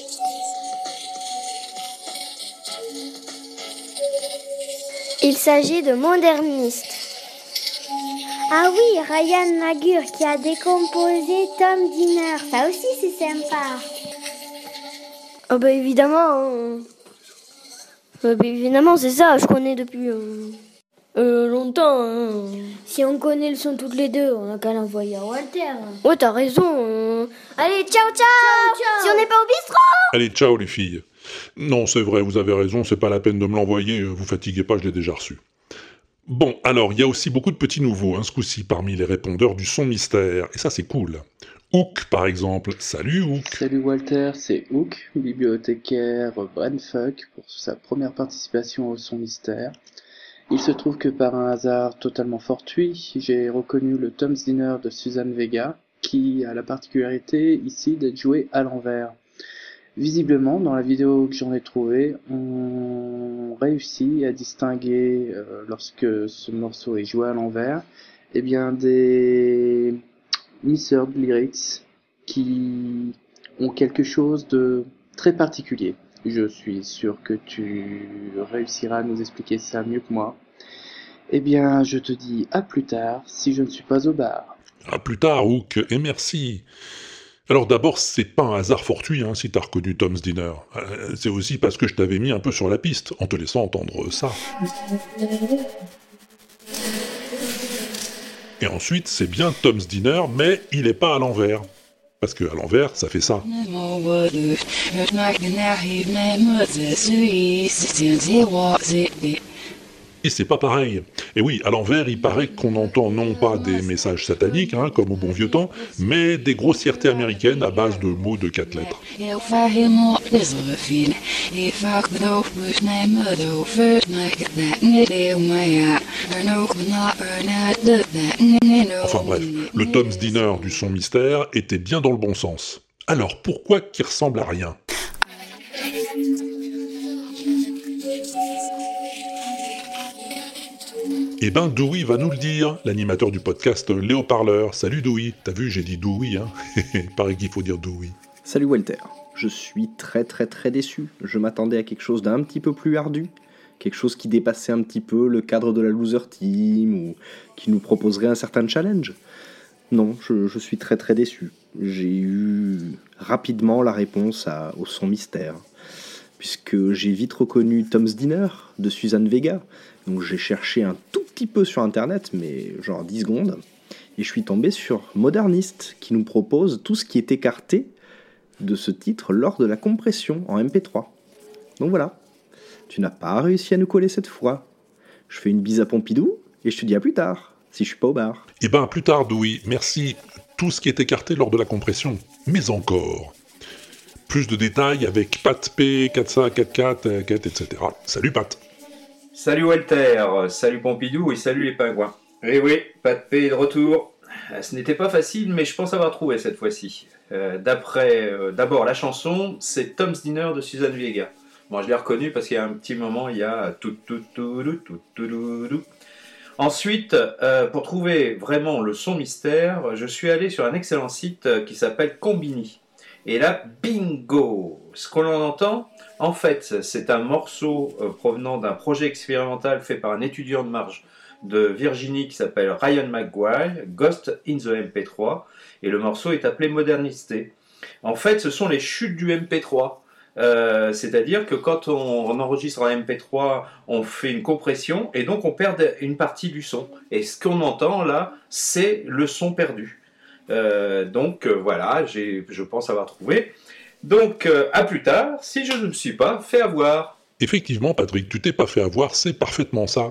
Il s'agit de Moderniste. Ah oui, Ryan Lagur qui a décomposé Tom Dinner. Ça aussi, c'est sympa. Ah bah évidemment... évidemment, c'est ça, je connais depuis longtemps. Hein. Si on connaît le son toutes les deux, on a qu'à l'envoyer à Walter. Ouais, t'as raison. Allez, ciao, ciao. Si on n'est pas au bistrot. Allez, ciao les filles. Non, c'est vrai, vous avez raison, c'est pas la peine de me l'envoyer, vous fatiguez pas, je l'ai déjà reçu. Bon, alors, il y a aussi beaucoup de petits nouveaux, ce coup-ci, parmi les répondeurs du son mystère, et ça c'est cool. Hook, par exemple. Salut Hook. Salut Walter, c'est Hook, bibliothécaire Brainfuck, pour sa première participation au son mystère. Il se trouve que par un hasard totalement fortuit, j'ai reconnu le Tom's Dinner de Suzanne Vega, qui a la particularité ici d'être joué à l'envers. Visiblement, dans la vidéo que j'en ai trouvée, on réussit à distinguer, lorsque ce morceau est joué à l'envers, eh bien des misheard lyrics qui ont quelque chose de très particulier. Je suis sûr que tu réussiras à nous expliquer ça mieux que moi. Eh bien, je te dis à plus tard, si je ne suis pas au bar. À plus tard, Hook, et merci. Alors d'abord, c'est pas un hasard fortuit si t'as reconnu Tom's Dinner. C'est aussi parce que je t'avais mis un peu sur la piste, en te laissant entendre ça. Et ensuite, c'est bien Tom's Dinner, mais il est pas à l'envers. Parce que à l'envers, ça fait ça. Et c'est pas pareil. Et oui, à l'envers, il paraît qu'on entend non pas des messages sataniques, comme au bon vieux temps, mais des grossièretés américaines à base de mots de 4 lettres. Enfin bref, le Tom's Dinner du son mystère était bien dans le bon sens. Alors pourquoi qu'il ressemble à rien ? Eh ben, Dewey va nous le dire, l'animateur du podcast Léo Parleur. Salut Dewey, t'as vu, j'ai dit Dewey, Pareil qu'il faut dire Dewey. Salut Walter, je suis très déçu. Je m'attendais à quelque chose d'un petit peu plus ardu, quelque chose qui dépassait un petit peu le cadre de la loser team, ou qui nous proposerait un certain challenge. Non, je suis très déçu. J'ai eu rapidement la réponse au son mystère, puisque j'ai vite reconnu Tom's Dinner de Suzanne Vega. Donc j'ai cherché un tout petit peu sur internet, mais genre 10 secondes, et je suis tombé sur Moderniste, qui nous propose tout ce qui est écarté de ce titre lors de la compression en MP3. Donc voilà, tu n'as pas réussi à nous coller cette fois. Je fais une bise à Pompidou et je te dis à plus tard, si je suis pas au bar. Eh ben, plus tard, Dewey. Merci. Tout ce qui est écarté lors de la compression. Mais encore. Plus de détails avec Pat P, 45, 44, 4, etc. Salut Pat. Salut Walter, salut Pompidou et salut les pingouins. Oui, Pat P est de retour. Ce n'était pas facile, mais je pense avoir trouvé cette fois-ci. D'abord, la chanson, c'est Tom's Dinner de Suzanne Vega. Bon, je l'ai reconnu parce qu'il y a un petit moment, il y a tout. Ensuite, pour trouver vraiment le son mystère, je suis allé sur un excellent site qui s'appelle Combini. Et là, bingo! Ce qu'on en entend, en fait, c'est un morceau provenant d'un projet expérimental fait par un étudiant de marge de Virginie qui s'appelle Ryan McGuire, Ghost in the MP3, et le morceau est appelé Modernité. En fait, ce sont les chutes du MP3. C'est-à-dire que quand on enregistre en MP3, on fait une compression et donc on perd une partie du son. Et ce qu'on entend là, c'est le son perdu. Voilà, je pense avoir trouvé. Donc à plus tard, si je ne me suis pas fait avoir. Effectivement, Patrick, tu t'es pas fait avoir, c'est parfaitement ça.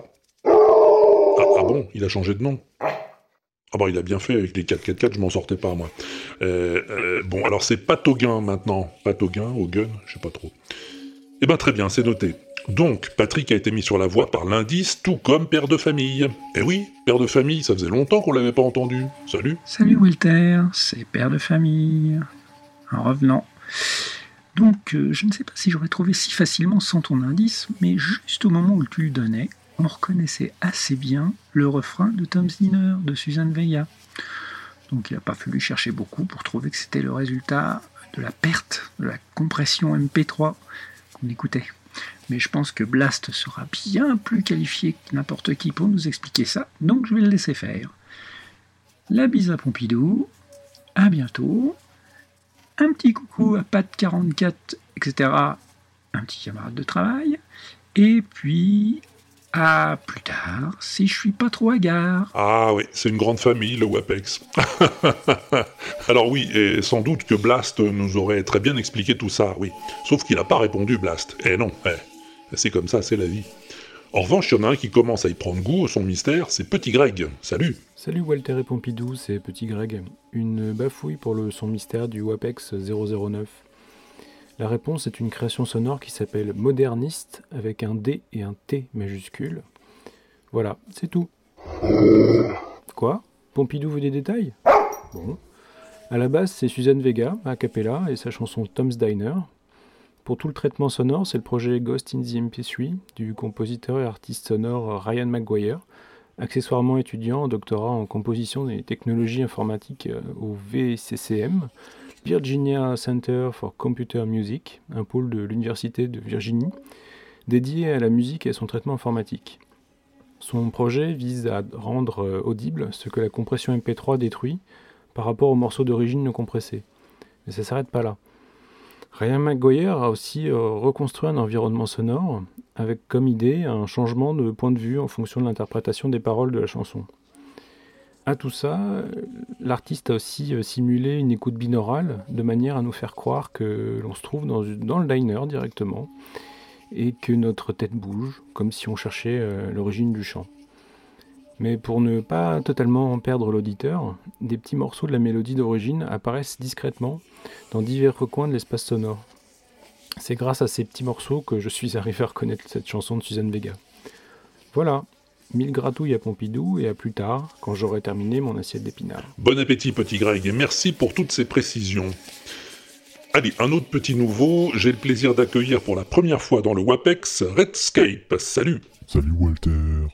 Ah bon, il a changé de nom. Ah bon, il a bien fait, avec les 444, je m'en sortais pas, moi. Bon, alors c'est Patoguin, maintenant. Patoguin, au gun, je sais pas trop. Eh ben très bien, c'est noté. Donc, Patrick a été mis sur la voie par l'indice, tout comme père de famille. Eh oui, père de famille, ça faisait longtemps qu'on l'avait pas entendu. Salut. Salut Walter, c'est père de famille. En revenant. Donc, je ne sais pas si j'aurais trouvé si facilement sans ton indice, mais juste au moment où tu le donnais, on reconnaissait assez bien le refrain de Tom's Dinner de Suzanne Vega. Donc il n'a pas fallu chercher beaucoup pour trouver que c'était le résultat de la perte de la compression MP3 qu'on écoutait. Mais je pense que Blast sera bien plus qualifié que n'importe qui pour nous expliquer ça, donc je vais le laisser faire. La bise à Pompidou, à bientôt, un petit coucou à Pat44, etc., un petit camarade de travail, et puis à plus tard, si je suis pas trop hagard. Ah oui, c'est une grande famille, le WAPEX. Alors oui, et sans doute que Blast nous aurait très bien expliqué tout ça, oui. Sauf qu'il n'a pas répondu, Blast. Eh non, c'est comme ça, c'est la vie. En revanche, il y en a un qui commence à y prendre goût, son mystère, c'est Petit Greg. Salut. Salut Walter et Pompidou, c'est Petit Greg. Une bafouille pour le son mystère du WAPEX 009. La réponse est une création sonore qui s'appelle Moderniste, avec un D et un T majuscule. Voilà, c'est tout. Quoi ? Pompidou veut des détails ? Bon. À la base, c'est Suzanne Vega, a cappella, et sa chanson Tom's Diner. Pour tout le traitement sonore, c'est le projet Ghost in the MP3 du compositeur et artiste sonore Ryan McGuire, accessoirement étudiant en doctorat en composition et technologies informatiques au VCCM, Virginia Center for Computer Music, un pôle de l'Université de Virginie, dédié à la musique et à son traitement informatique. Son projet vise à rendre audible ce que la compression MP3 détruit par rapport aux morceaux d'origine non compressés. Mais ça ne s'arrête pas là. Ryan McGuire a aussi reconstruit un environnement sonore avec comme idée un changement de point de vue en fonction de l'interprétation des paroles de la chanson. À tout ça, l'artiste a aussi simulé une écoute binaurale de manière à nous faire croire que l'on se trouve dans le diner directement et que notre tête bouge, comme si on cherchait l'origine du chant. Mais pour ne pas totalement perdre l'auditeur, des petits morceaux de la mélodie d'origine apparaissent discrètement dans divers recoins de l'espace sonore. C'est grâce à ces petits morceaux que je suis arrivé à reconnaître cette chanson de Suzanne Vega. Voilà. 1000 gratouilles à Pompidou et à plus tard, quand j'aurai terminé mon assiette d'épinards. Bon appétit, Petit Greg, et merci pour toutes ces précisions. Allez, un autre petit nouveau, j'ai le plaisir d'accueillir pour la première fois dans le WAPEX, Redscape. Salut. Salut Walter.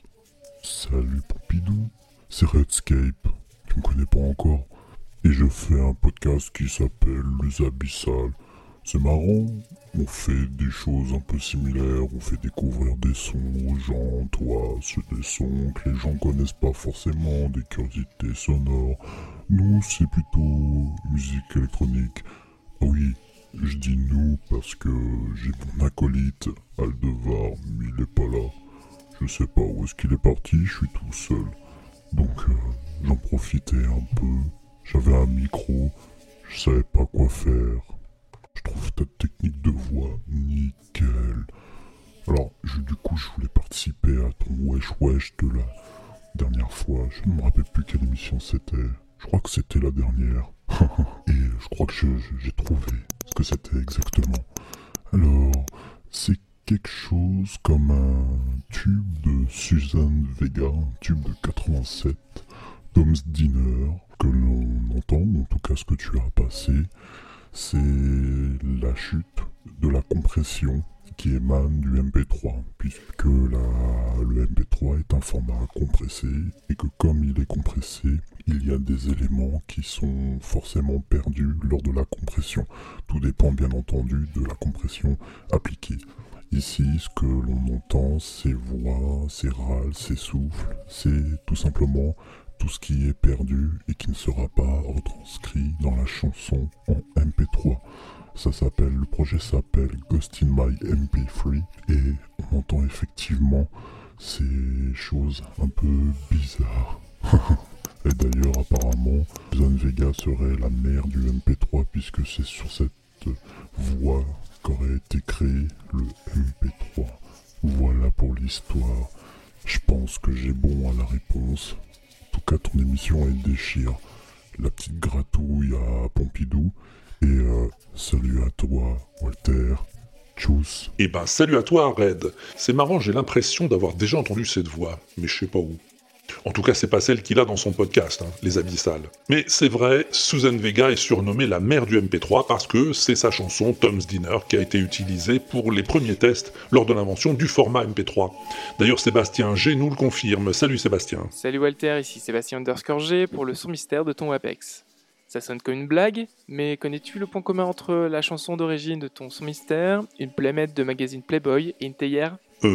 Salut Pompidou. C'est Redscape. Tu me connais pas encore. Et je fais un podcast qui s'appelle Les Abyssales. C'est marrant, on fait des choses un peu similaires, on fait découvrir des sons aux gens, toi, c'est des sons que les gens connaissent pas forcément, des curiosités sonores. Nous, c'est plutôt musique électronique. Ah oui, je dis nous parce que j'ai mon acolyte, Aldevar, mais il est pas là. Je sais pas où est-ce qu'il est parti, je suis tout seul. Donc j'en profitais un peu, j'avais un micro, je savais pas quoi faire. Je trouve ta technique de voix nickel. Alors, du coup, je voulais participer à ton wesh wesh de la dernière fois. Je ne me rappelle plus quelle émission c'était. Je crois que c'était la dernière. Et je crois que j'ai trouvé ce que c'était exactement. Alors, c'est quelque chose comme un tube de Suzanne Vega, un tube de 87, Tom's Dinner, que l'on entend, ou en tout cas ce que tu as passé, c'est la chute de la compression qui émane du MP3, puisque le MP3 est un format compressé, et que comme il est compressé, il y a des éléments qui sont forcément perdus lors de la compression. Tout dépend bien entendu de la compression appliquée. Ici, ce que l'on entend, ces voix, ces râles, ces souffles, c'est tout simplement tout ce qui est perdu et qui ne sera pas retranscrit dans la chanson en MP3. Le projet s'appelle Ghost in My MP3 et on entend effectivement ces choses un peu bizarres. Et d'ailleurs, apparemment, Suzanne Vega serait la mère du MP3 puisque c'est sur cette voix qu'aurait été créé le MP3. Voilà pour l'histoire. Je pense que j'ai bon à la réponse. En tout cas, ton émission, elle déchire. La petite gratouille à Pompidou. Et salut à toi, Walter. Tchuss. Eh ben, salut à toi, Red. C'est marrant, j'ai l'impression d'avoir déjà entendu cette voix, mais je sais pas où. En tout cas, c'est pas celle qu'il a dans son podcast, Les Abyssales. Mais c'est vrai, Suzanne Vega est surnommée la mère du MP3 parce que c'est sa chanson Tom's Dinner qui a été utilisée pour les premiers tests lors de l'invention du format MP3. D'ailleurs, Sébastien G nous le confirme. Salut Sébastien. Salut Walter, ici Sébastien _G pour le son mystère de ton WAPEX. Ça sonne comme une blague, mais connais-tu le point commun entre la chanson d'origine de ton son mystère, une playmate de magazine Playboy et une théière ?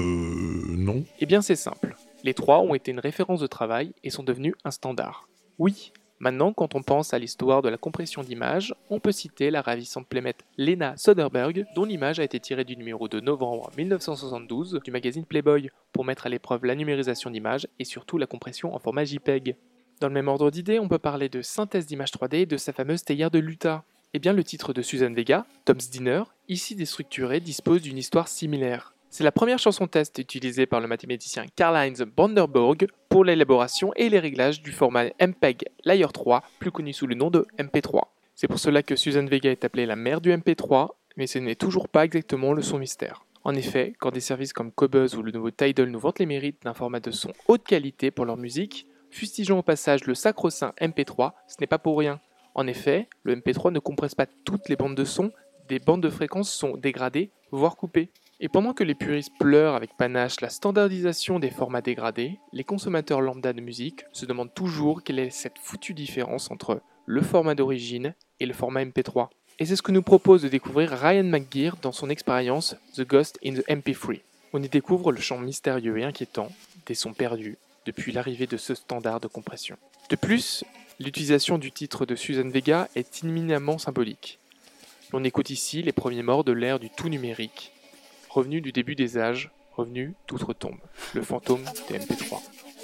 Non. Eh bien c'est simple. Les trois ont été une référence de travail et sont devenus un standard. Oui, maintenant quand on pense à l'histoire de la compression d'images, on peut citer la ravissante playmate Lena Soderbergh, dont l'image a été tirée du numéro de novembre 1972 du magazine Playboy pour mettre à l'épreuve la numérisation d'images et surtout la compression en format JPEG. Dans le même ordre d'idée, on peut parler de synthèse d'images 3D de sa fameuse théière de Luta. Eh bien le titre de Suzanne Vega, Tom's Dinner, ici déstructuré, dispose d'une histoire similaire. C'est la première chanson test utilisée par le mathématicien Karl-Heinz Bonderburg pour l'élaboration et les réglages du format MPEG Layer 3, plus connu sous le nom de MP3. C'est pour cela que Suzanne Vega est appelée la mère du MP3, mais ce n'est toujours pas exactement le son mystère. En effet, quand des services comme Qobuz ou le nouveau Tidal nous vantent les mérites d'un format de son haute qualité pour leur musique, fustigeons au passage le sacro-saint MP3, ce n'est pas pour rien. En effet, le MP3 ne compresse pas toutes les bandes de son, des bandes de fréquences sont dégradées, voire coupées. Et pendant que les puristes pleurent avec panache la standardisation des formats dégradés, les consommateurs lambda de musique se demandent toujours quelle est cette foutue différence entre le format d'origine et le format MP3. Et c'est ce que nous propose de découvrir Ryan McGeer dans son expérience The Ghost in the MP3. On y découvre le champ mystérieux et inquiétant des sons perdus depuis l'arrivée de ce standard de compression. De plus, l'utilisation du titre de Suzanne Vega est éminemment symbolique. On écoute ici les premiers morts de l'ère du tout numérique. Revenu du début des âges, revenu d'outre-tombe, le fantôme des MP3.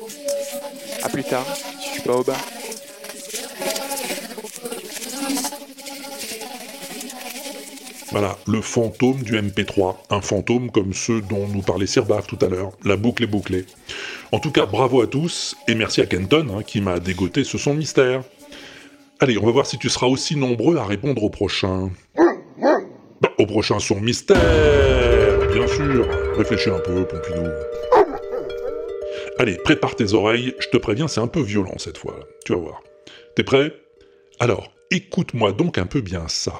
A plus tard, je suis pas au bar. Voilà, le fantôme du MP3. Un fantôme comme ceux dont nous parlait Sirbaf tout à l'heure. La boucle est bouclée. En tout cas, bravo à tous, et merci à Kenton qui m'a dégoté ce son mystère. Allez, on va voir si tu seras aussi nombreux à répondre au prochain. Au prochain son mystère, bien sûr. Réfléchis un peu, Pompidou. Allez, prépare tes oreilles, je te préviens, c'est un peu violent cette fois. Tu vas voir. T'es prêt ? Alors, écoute-moi donc un peu bien ça.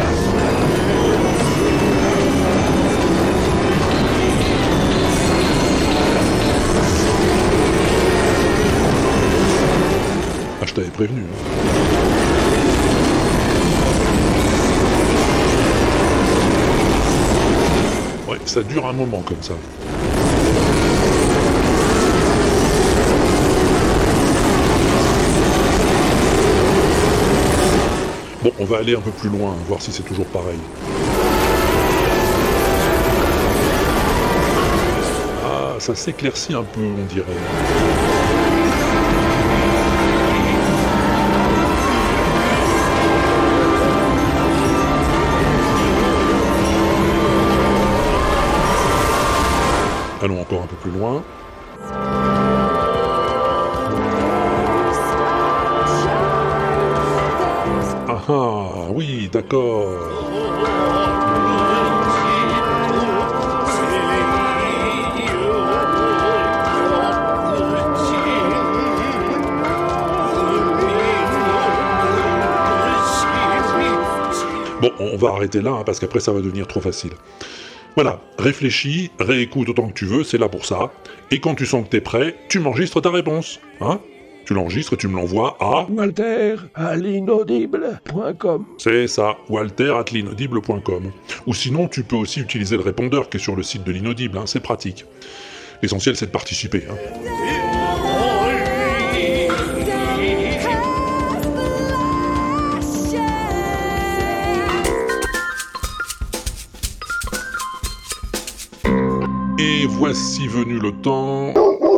Ah, je t'avais prévenu. Ouais, ça dure un moment comme ça. Bon, on va aller un peu plus loin, voir si c'est toujours pareil. Ah, ça s'éclaircit un peu, on dirait. Allons encore un peu plus loin. Ah oui, d'accord. Bon, on va arrêter là, parce qu'après ça va devenir trop facile. Voilà, réfléchis, réécoute autant que tu veux, c'est là pour ça. Et quand tu sens que t'es prêt, tu m'enregistres ta réponse. Hein ? Tu l'enregistres et tu me l'envoies à... walter@l'inaudible.com. C'est ça, walter@l'inaudible.com. Ou sinon, tu peux aussi utiliser le répondeur qui est sur le site de l'Inaudible, c'est pratique. L'essentiel, c'est de participer. Et voici venu le temps...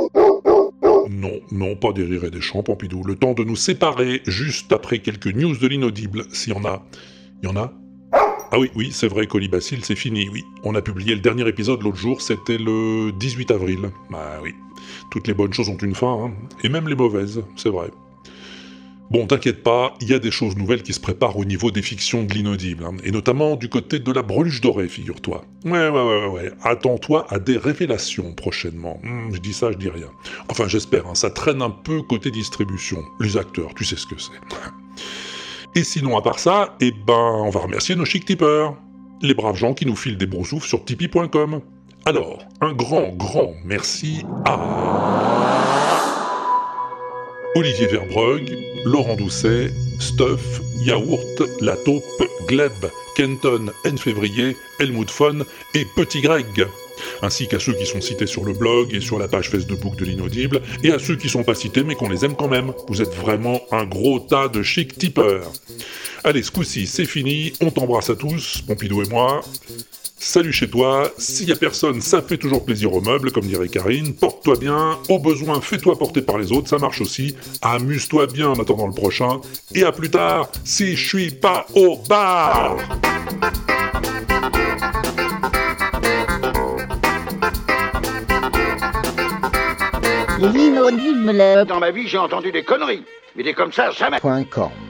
Non, pas des rires et des chants, Pompidou. Le temps de nous séparer juste après quelques news de l'Inaudible, s'il y en a. Il y en a ? Ah oui, c'est vrai, Colibacille, c'est fini, oui. On a publié le dernier épisode l'autre jour, c'était le 18 avril. Bah oui, toutes les bonnes choses ont une fin, et même les mauvaises, c'est vrai. Bon, t'inquiète pas, il y a des choses nouvelles qui se préparent au niveau des fictions de l'Inaudible, et notamment du côté de la Breluche Dorée, figure-toi. Ouais. Attends-toi à des révélations prochainement. Je dis ça, je dis rien. Enfin, j'espère, ça traîne un peu côté distribution. Les acteurs, tu sais ce que c'est. Et sinon, à part ça, on va remercier nos chic tipeurs. Les braves gens qui nous filent des broussoufs sur tipeee.com. Alors, un grand merci à... Olivier Verbrugge, Laurent Doucet, Stuff, Yaourt, La Taupe, Gleb, Kenton, N. Février, Helmut Fon et Petit Greg, ainsi qu'à ceux qui sont cités sur le blog et sur la page Facebook de l'Inaudible, et à ceux qui sont pas cités mais qu'on les aime quand même. Vous êtes vraiment un gros tas de chic tipeurs. Allez, ce coup-ci, c'est fini, on t'embrasse à tous, Pompidou et moi. Salut chez toi, s'il y a personne, ça fait toujours plaisir aux meubles, comme dirait Karine, porte-toi bien, au besoin, fais-toi porter par les autres, ça marche aussi, amuse-toi bien en attendant le prochain, et à plus tard, si je suis pas au bar. L'Inaudible. Dans ma vie, j'ai entendu des conneries, mais des comme ça, jamais. .com